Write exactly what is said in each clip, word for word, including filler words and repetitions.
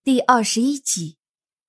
第二十一集。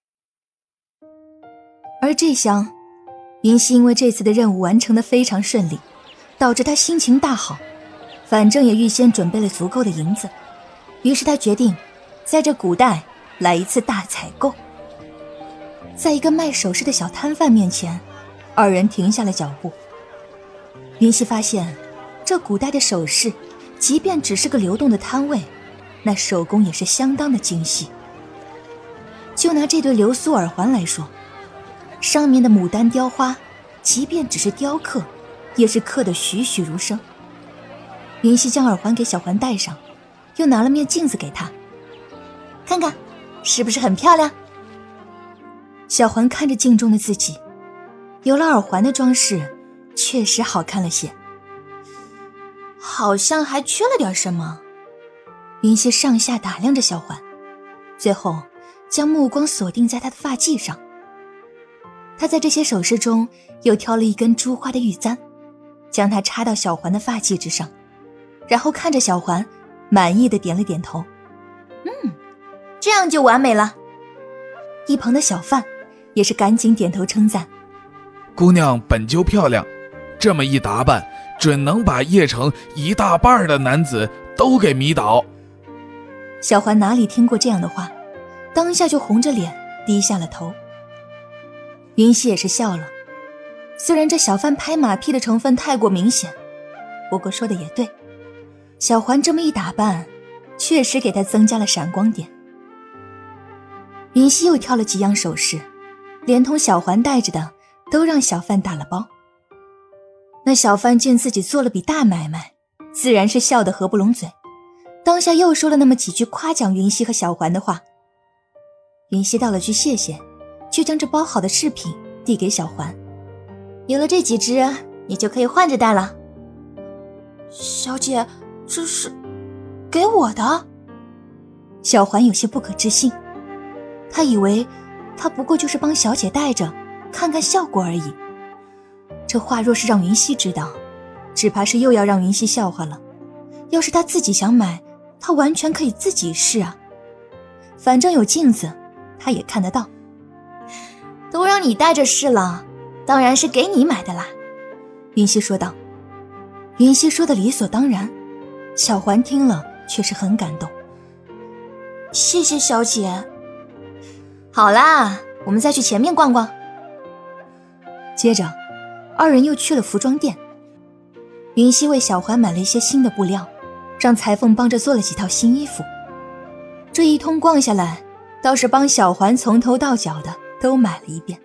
而这厢，云溪因为这次的任务完成得非常顺利，导致他心情大好，反正也预先准备了足够的银子，于是他决定在这古代来一次大采购。在一个卖首饰的小摊贩面前，二人停下了脚步。云溪发现这古代的首饰即便只是个流动的摊位，那手工也是相当的精细。就拿这对流苏耳环来说，上面的牡丹雕花即便只是雕刻，也是刻得栩栩如生。云溪将耳环给小环戴上，又拿了面镜子给她，看看是不是很漂亮。小环看着镜中的自己，有了耳环的装饰确实好看了些，好像还缺了点什么。云溪上下打量着小环，最后将目光锁定在她的发髻上。她在这些首饰中又挑了一根珠花的玉簪，将它插到小环的发髻之上，然后看着小环满意的点了点头。嗯，这样就完美了。一旁的小范也是赶紧点头称赞， 姑娘本就漂亮，这么一打扮，准能把邺城一大半的男子都给迷倒。 小环哪里听过这样的话，当下就红着脸低下了头。云溪也是笑了，虽然这小贩拍马屁的成分太过明显，不过说的也对，小环这么一打扮确实给她增加了闪光点。云溪又挑了几样首饰，连同小环戴着的都让小贩打了包。那小贩见自己做了笔大买卖，自然是笑得合不拢嘴，当下又说了那么几句夸奖云溪和小环的话。云溪道了句谢谢，就将这包好的饰品递给小环，有了这几只你就可以换着戴了。小姐，这是给我的？小环有些不可置信，她以为她不过就是帮小姐戴着看看效果而已。这话若是让云溪知道，只怕是又要让云溪笑话了。要是她自己想买，她完全可以自己试啊，反正有镜子她也看得到。都让你戴着试了，当然是给你买的啦。云溪说道。云溪说的理所当然，小环听了却是很感动。谢谢小姐。好啦，我们再去前面逛逛。接着二人又去了服装店，云溪为小环买了一些新的布料，让裁缝帮着做了几套新衣服。这一通逛下来，倒是帮小环从头到脚的都买了一遍。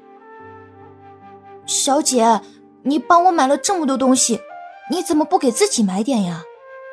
小姐，你帮我买了这么多东西，你怎么不给自己买点呀？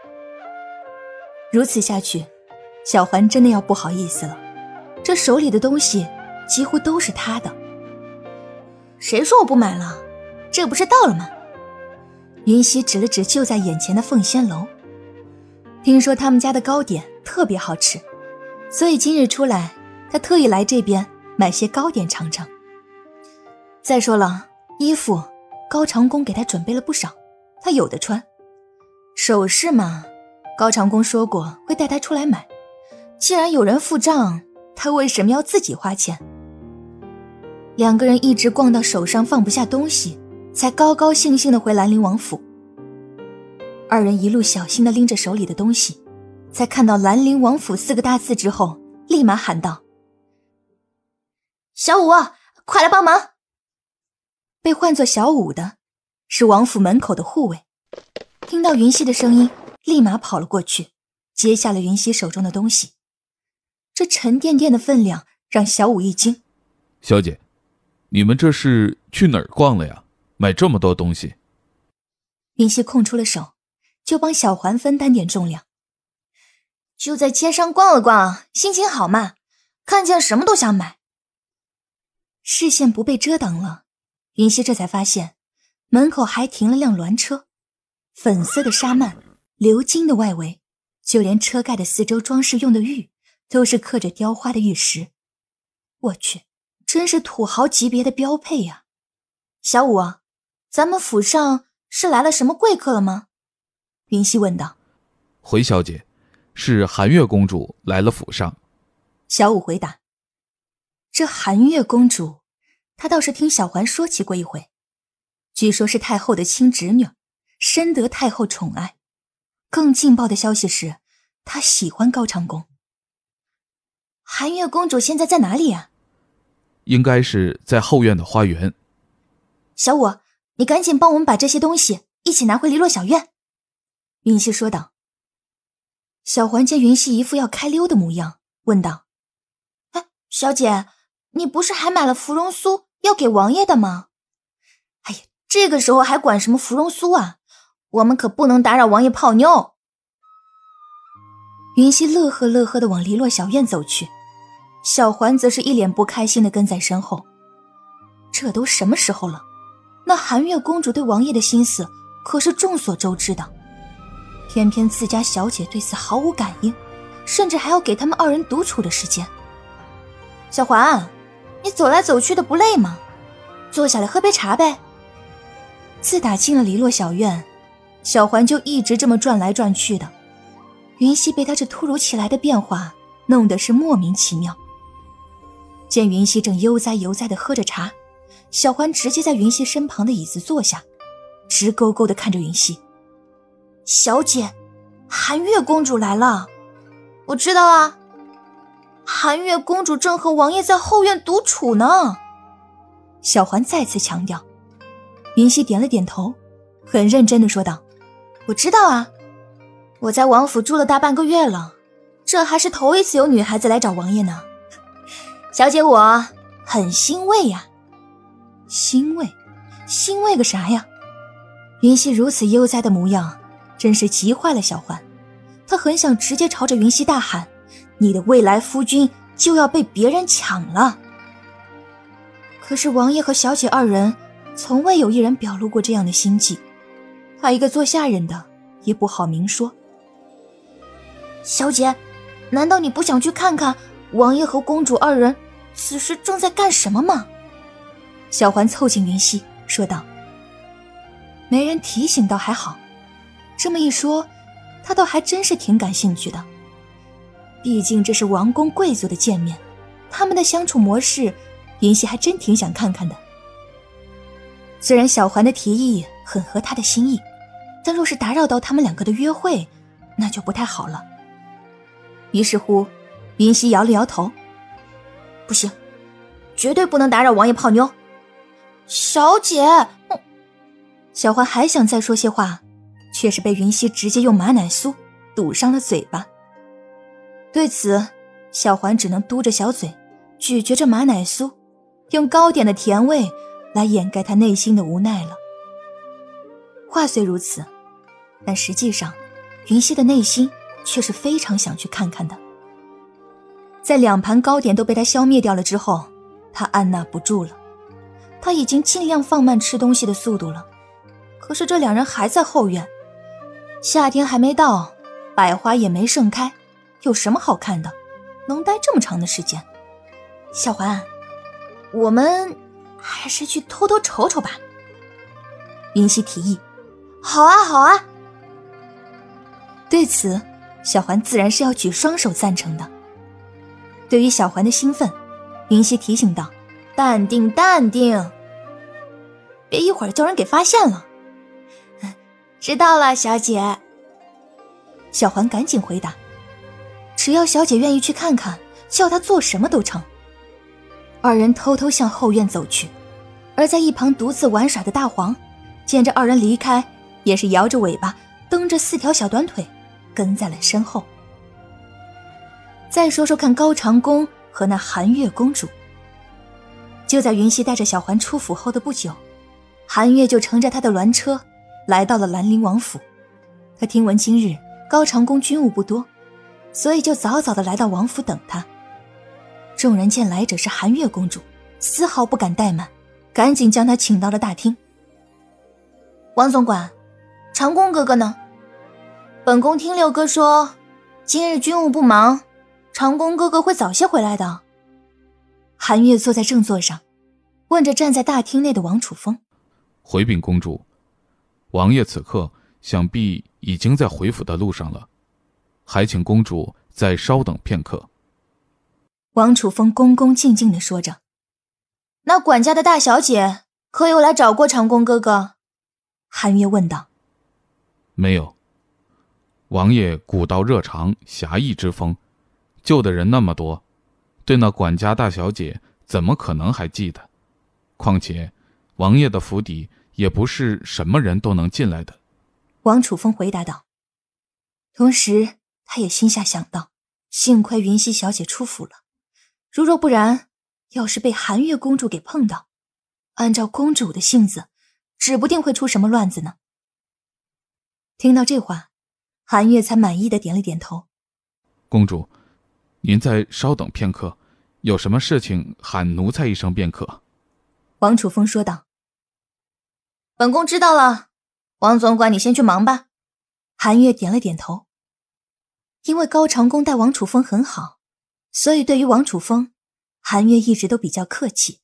如此下去，小环真的要不好意思了，这手里的东西几乎都是她的。谁说我不买了？这不是到了吗？云溪指了指就在眼前的凤仙楼，听说他们家的糕点特别好吃，所以今日出来，他特意来这边买些糕点尝尝。再说了，衣服高长恭给他准备了不少，他有的穿。首饰嘛，高长恭说过会带他出来买，既然有人付账，他为什么要自己花钱？两个人一直逛到手上放不下东西，才高高兴兴地回兰陵王府。二人一路小心地拎着手里的东西，在看到兰陵王府四个大字之后，立马喊道：小五，快来帮忙！被唤作小五的是王府门口的护卫，听到云溪的声音，立马跑了过去，接下了云溪手中的东西。这沉甸甸的分量让小五一惊。 小姐，你们这是去哪儿逛了呀？买这么多东西。 云溪空出了手，就帮小环分担点重量。就在街上逛了逛，心情好嘛，看见什么都想买。视线不被遮挡了，云溪这才发现门口还停了辆鸾车，粉色的纱幔，鎏金的外围，就连车盖的四周装饰用的玉都是刻着雕花的玉石。我去，真是土豪级别的标配呀！小五啊，咱们府上是来了什么贵客了吗？云溪问道。 回小姐，是寒月公主来了府上。 小五回答：这韩月公主，她倒是听小环说起过一回，据说是太后的亲侄女，深得太后宠爱。更劲爆的消息是，她喜欢高长恭。韩月公主现在在哪里啊？ 应该是在后院的花园。 小五，你赶紧帮我们把这些东西一起拿回篱落小院。云溪说道。小环见云溪一副要开溜的模样，问道：哎，小姐，你不是还买了芙蓉酥要给王爷的吗？哎呀，这个时候还管什么芙蓉酥啊？我们可不能打扰王爷泡妞。云溪乐呵乐呵地往篱落小院走去，小环则是一脸不开心地跟在身后。这都什么时候了，那韩月公主对王爷的心思可是众所周知的，偏偏自家小姐对此毫无感应，甚至还要给他们二人独处的时间。小环，你走来走去的不累吗？坐下来喝杯茶呗。自打进了篱落小院，小环就一直这么转来转去的。云溪被他这突如其来的变化弄得是莫名其妙。见云溪正悠哉悠哉地喝着茶，小环直接在云溪身旁的椅子坐下，直勾勾地看着云溪。小姐，韩月公主来了。我知道啊，韩月公主正和王爷在后院独处呢。小环再次强调。云溪点了点头，很认真地说道：我知道啊，我在王府住了大半个月了，这还是头一次有女孩子来找王爷呢。小姐，我很欣慰呀。欣慰？欣慰个啥呀？云溪如此悠哉的模样真是急坏了小环，他很想直接朝着云溪大喊：你的未来夫君就要被别人抢了。可是王爷和小姐二人从未有一人表露过这样的心迹，他一个做下人的也不好明说。小姐，难道你不想去看看王爷和公主二人此时正在干什么吗？小环凑近云溪说道。没人提醒倒还好，这么一说，他倒还真是挺感兴趣的。毕竟这是王公贵族的见面，他们的相处模式，云溪还真挺想看看的。虽然小环的提议很合他的心意，但若是打扰到他们两个的约会，那就不太好了。于是乎，云溪摇了摇头：不行，绝对不能打扰王爷泡妞。小姐，嗯、小环还想再说些话，却是被云溪直接用马奶酥堵上了嘴巴。对此，小环只能嘟着小嘴，咀嚼着马奶酥，用糕点的甜味来掩盖她内心的无奈了。话虽如此，但实际上，云溪的内心却是非常想去看看的。在两盘糕点都被她消灭掉了之后，她按捺不住了。她已经尽量放慢吃东西的速度了，可是这两人还在后院。夏天还没到，百花也没盛开，有什么好看的，能待这么长的时间？小环，我们还是去偷偷瞅瞅吧。云溪提议。好啊好啊。对此，小环自然是要举双手赞成的。对于小环的兴奋，云溪提醒道：淡定淡定，别一会儿叫人给发现了。知道了，小姐。小环赶紧回答：只要小姐愿意去看看，叫她做什么都成。二人偷偷向后院走去，而在一旁独自玩耍的大黄见着二人离开，也是摇着尾巴蹬着四条小短腿跟在了身后。再说说看高长恭和那韩月公主。就在云溪带着小环出府后的不久，韩月就乘着他的鸾车来到了兰陵王府。他听闻今日高长恭军务不多，所以就早早的来到王府等他。众人见来者是韩月公主，丝毫不敢怠慢，赶紧将她请到了大厅。王总管，长恭哥哥呢？本宫听六哥说，今日军务不忙，长恭哥哥会早些回来的。韩月坐在正座上，问着站在大厅内的王楚风。 回禀公主，王爷此刻想必已经在回府的路上了，还请公主再稍等片刻。 王楚风恭恭敬敬地说着。那管家的大小姐可有来找过长工哥哥？韩月问道。 没有。王爷古道热肠，侠义之风，救的人那么多，对那管家大小姐怎么可能还记得？况且王爷的府邸也不是什么人都能进来的。 王楚风回答道。同时他也心下想到，幸亏云溪小姐出府了，如若不然，要是被韩月公主给碰到，按照公主的性子，指不定会出什么乱子呢。听到这话，韩月才满意的点了点头。 公主，您再稍等片刻，有什么事情喊奴才一声便可。 王楚风说道。本宫知道了，王总管你先去忙吧。韩月点了点头。因为高长恭待王楚风很好，所以对于王楚风，韩月一直都比较客气。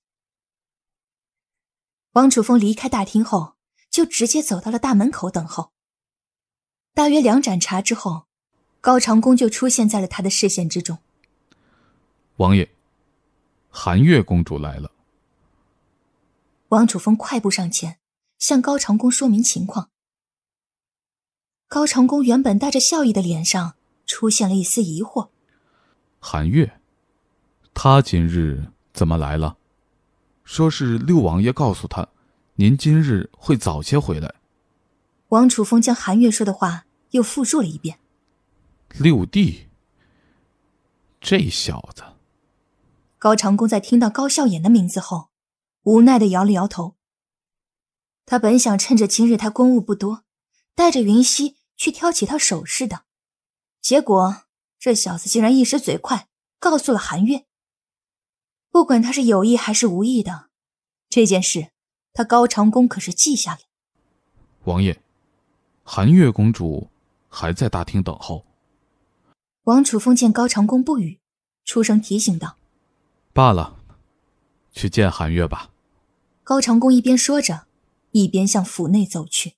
王楚风离开大厅后，就直接走到了大门口等候。大约两盏茶之后，高长恭就出现在了他的视线之中。 王爷，韩月公主来了。 王楚风快步上前，向高长恭说明情况。高长恭原本带着笑意的脸上出现了一丝疑惑。 韩月，他今日怎么来了？说是六王爷告诉他，您今日会早些回来。 王楚风将韩月说的话又复述了一遍。 六弟，这小子。 高长恭在听到高笑颜的名字后，无奈地摇了摇头。他本想趁着今日他公务不多，带着云溪去挑几套首饰的，结果这小子竟然一时嘴快，告诉了韩月。不管他是有意还是无意的，这件事他高长恭可是记下了。 王爷，韩月公主还在大厅等候。 王楚风见高长恭不语，出声提醒道。 罢了，去见韩月吧。 高长恭一边说着，一边向府内走去。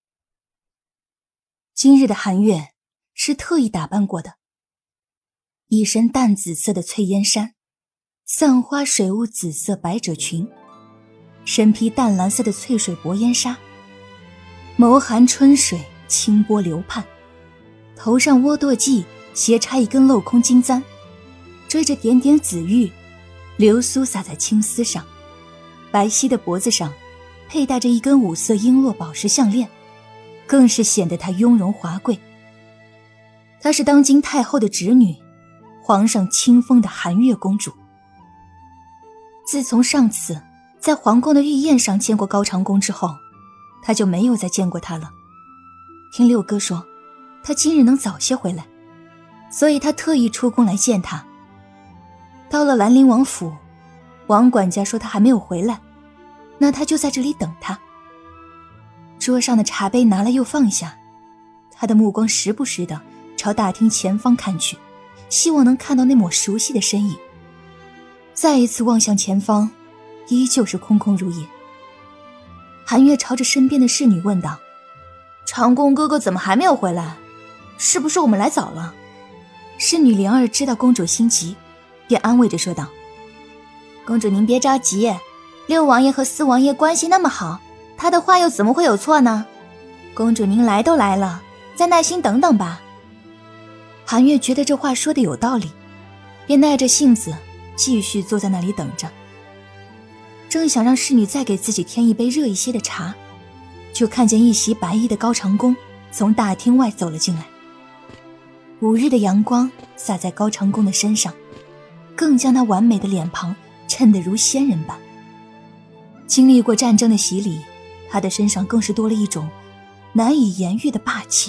今日的韩月是特意打扮过的，一身淡紫色的翠烟衫，散花水雾紫色百褶裙，身披淡蓝色的翠水薄烟纱，眸含春水，清波流盼，头上窝堕髻，斜插一根镂空金簪，追着点点紫玉，流苏洒在青丝上，白皙的脖子上佩戴着一根五色璎珞宝石项链，更是显得她雍容华贵。她是当今太后的侄女，皇上亲封的韩月公主。自从上次在皇宫的御宴上见过高长恭之后，她就没有再见过他了。听六哥说，他今日能早些回来，所以他特意出宫来见他。到了兰陵王府，王管家说他还没有回来，那他就在这里等他。桌上的茶杯拿了又放下，他的目光时不时地朝大厅前方看去，希望能看到那抹熟悉的身影。再一次望向前方，依旧是空空如也。韩月朝着身边的侍女问道：长恭哥哥怎么还没有回来？是不是我们来早了？侍女灵儿知道公主心急，便安慰着说道：公主您别着急，六王爷和四王爷关系那么好，他的话又怎么会有错呢？公主您来都来了，再耐心等等吧。韩月觉得这话说的有道理，便耐着性子继续坐在那里等着。正想让侍女再给自己添一杯热一些的茶，就看见一袭白衣的高长恭从大厅外走了进来。午日的阳光洒在高长恭的身上，更将那完美的脸庞衬得如仙人般。经历过战争的洗礼，他的身上更是多了一种难以言喻的霸气。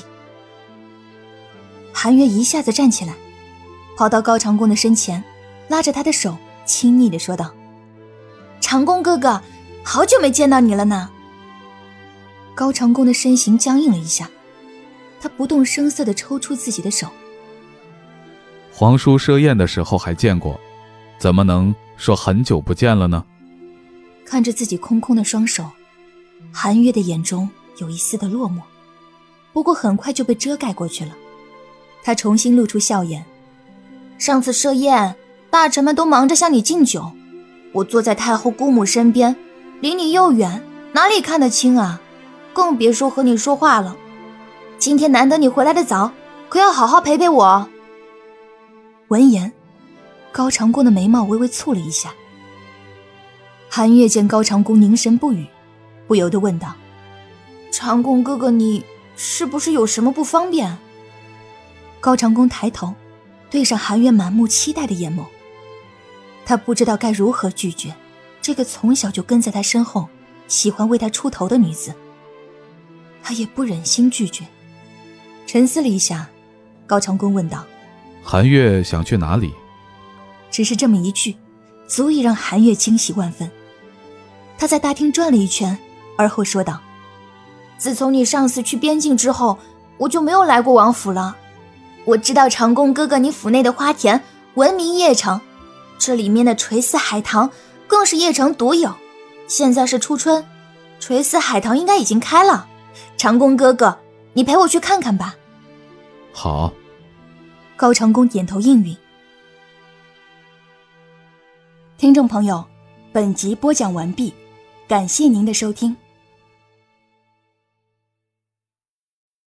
韩月一下子站起来，跑到高长恭的身前，拉着他的手亲昵地说道：长恭哥哥，好久没见到你了呢。高长恭的身形僵硬了一下，他不动声色地抽出自己的手。 皇叔设宴的时候还见过，怎么能说很久不见了呢？ 看着自己空空的双手，韩月的眼中有一丝的落寞，不过很快就被遮盖过去了。他重新露出笑颜：上次设宴， 大臣们都忙着向你敬酒，我坐在太后姑母身边，离你又远，哪里看得清啊？更别说和你说话了。今天难得你回来的早，可要好好陪陪我。” 闻言，高长恭的眉毛微微蹙了一下。韩月见高长恭凝神不语，不由得问道：“ 长恭哥哥，你是不是有什么不方便？” 高长恭抬头对上韩月满目期待的眼眸，他不知道该如何拒绝这个从小就跟在他身后喜欢为他出头的女子，他也不忍心拒绝。沉思了一下，高长恭问道：“ 韩月想去哪里？” 只是这么一句，足以让韩月惊喜万分。他在大厅转了一圈，而后说道：“ 自从你上次去边境之后，我就没有来过王府了。我知道长恭哥哥你府内的花田闻名邺城，这里面的垂丝海棠更是邺城独有。现在是初春，垂丝海棠应该已经开了。长恭哥哥，你陪我去看看吧。” 好。 高长恭点头应允。听众朋友，本集播讲完毕，感谢您的收听。